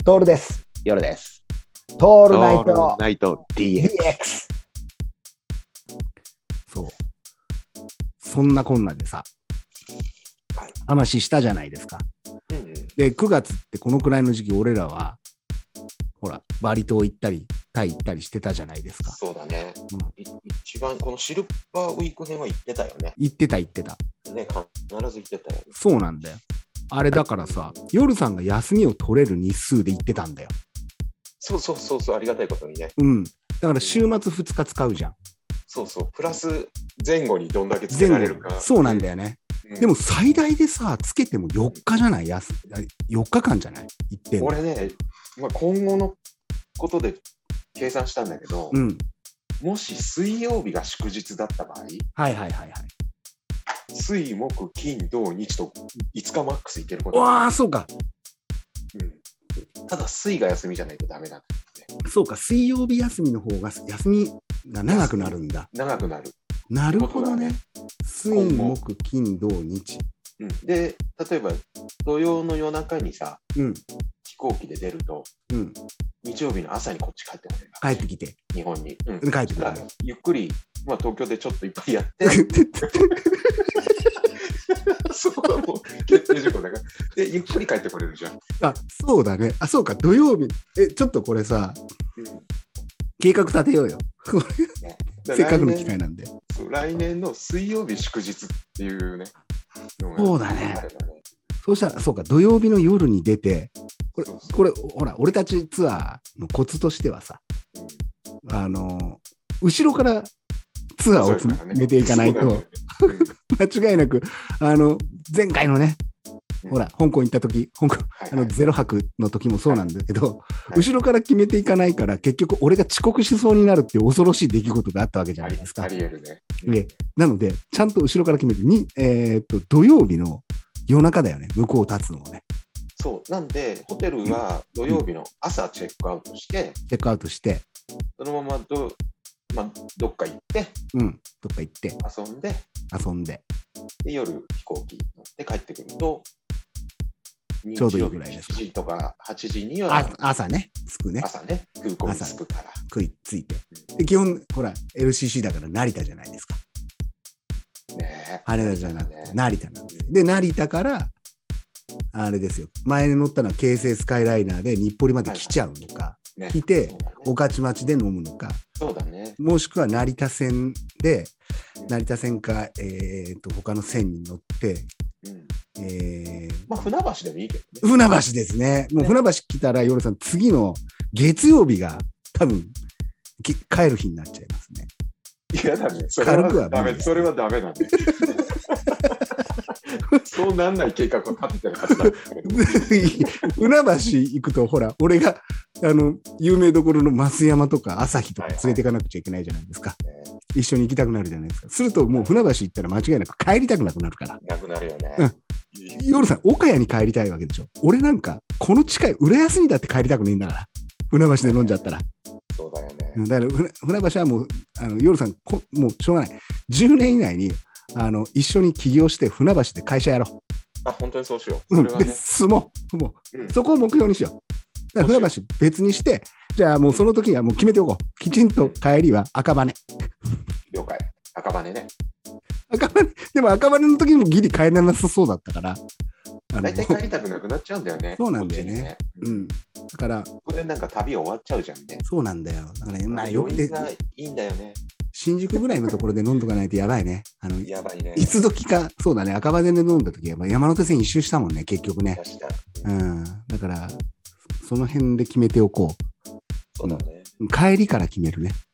トールです。 夜です。 トールナイオールトナイト DX。 そう。そんなこんなでさ、 はい、 話したじゃないですか。で、9月ってこのくらいの時期、俺らは、ほら、バリ島行ったり、タイ行ったりしてたじゃないですか。 そうだね。一番、このシルバーウィーク編は行ってたよね。 行ってた。ね、必ず行ってたよね。 そうなんだよ。あれだからさ、夜さんが休みを取れる日数で行ってたんだよ。 そう、ありがたいことにね。 うん。だから週末2日使うじゃん。 そう、プラス前後にどんだけつけられるか。 そうなんだよね。でも最大でさ、つけても4日じゃない4日間じゃない行ってんの。 俺ね、今後のことで計算したんだけど、もし水曜日が祝日だった場合、水木金土日と5日マックスいけること。 わあ、そうか。 ただ水が休みじゃないとダメなんだよね。 そうか、水曜日休みの方が休みが長くなるんだ。 長くなる。 なるほどね。水木金土日。 で、例えば土曜の夜中にさ、飛行機で出ると、日曜日の朝にこっち帰ってこれる。 帰ってきて。 日本に。 帰ってくる。 ゆっくり、東京でちょっといっぱいやって。そこはもう決定事項だから。で、ゆっくり帰ってこれるじゃん。 あ、そうだね。あ、そうか、土曜日。ちょっとこれさ、計画立てようよ。せっかくの機会なんで。 来年の水曜日祝日っていうね。 そうだね。そうしたら、そうか、土曜日の夜に出て、これ、ほら、俺たちツアーのコツとしてはさ、後ろからツアーを決めていかないと、間違いなく、前回のね、ほら、香港行った時、ゼロ泊の時もそうなんだけど、後ろから決めていかないから、結局俺が遅刻しそうになるっていう恐ろしい出来事があったわけじゃないですか。 ありえるね。 なので、ちゃんと後ろから決めて、土曜日の夜中だよね、向こう立つのをね。 そう、なんで、ホテルは土曜日の朝チェックアウトして、そのままどっか行って、 遊んで、 で夜飛行機乗って帰ってくると、 ちょうどいいぐらいですか。 7時とか8時には朝ね、着くね。 朝ね、空港に着くから。 着いて。で、基本、ほら、LCC だから成田じゃないですか。羽田じゃなくて、成田なんです。で、成田から、あれですよ。前に乗ったのは京成スカイライナーで日暮里まで来ちゃうのか、来て、御徒町で飲むのか、もしくは成田線で、成田線か、他の線に乗って、 船橋でもいいけどね。 船橋ですね。もう船橋来たら、夜さん、次の月曜日が多分、帰る日になっちゃいますね。 いやだね。それはダメなんで。そうなんない計画を立ててるはずだ。 船橋行くと、ほら、俺が、有名どころの増山とか朝日とか連れていかなくちゃいけないじゃないですか。一緒に行きたくなるじゃないですか。すると、もう船橋行ったら間違いなく帰りたくなくなるから。 なくなるよね。 夜さん、岡谷に帰りたいわけでしょ。俺なんか、この近い、浦安にだって帰りたくねえんだから。船橋で飲んじゃったら。 そうだよね。 だから船橋はもう、夜さん、もうしょうがない。10年以内に、一緒に起業して船橋で会社やろう。 あ、本当にそうしよう。それはね。 住もう。そこを目標にしよう。だから船橋別にして、じゃあもうその時にはもう決めておこう。きちんと帰りは赤羽。 了解。赤羽ね。 でも赤羽の時にもギリ帰らなさそうだったから。 大体帰りたくなくなっちゃうんだよね。 そうなんだよね。だから。 ここでなんか旅終わっちゃうじゃんね。 そうなんだよ。だからね、 余韻がいいんだよね。 新宿ぐらいのところで飲んどかないとやばいね。 やばいね。 いつ時か、そうだね、赤羽で飲んだ時は山手線一周したもんね、結局ね。だから、その辺で決めておこう。 そうだね。 帰りから決めるね。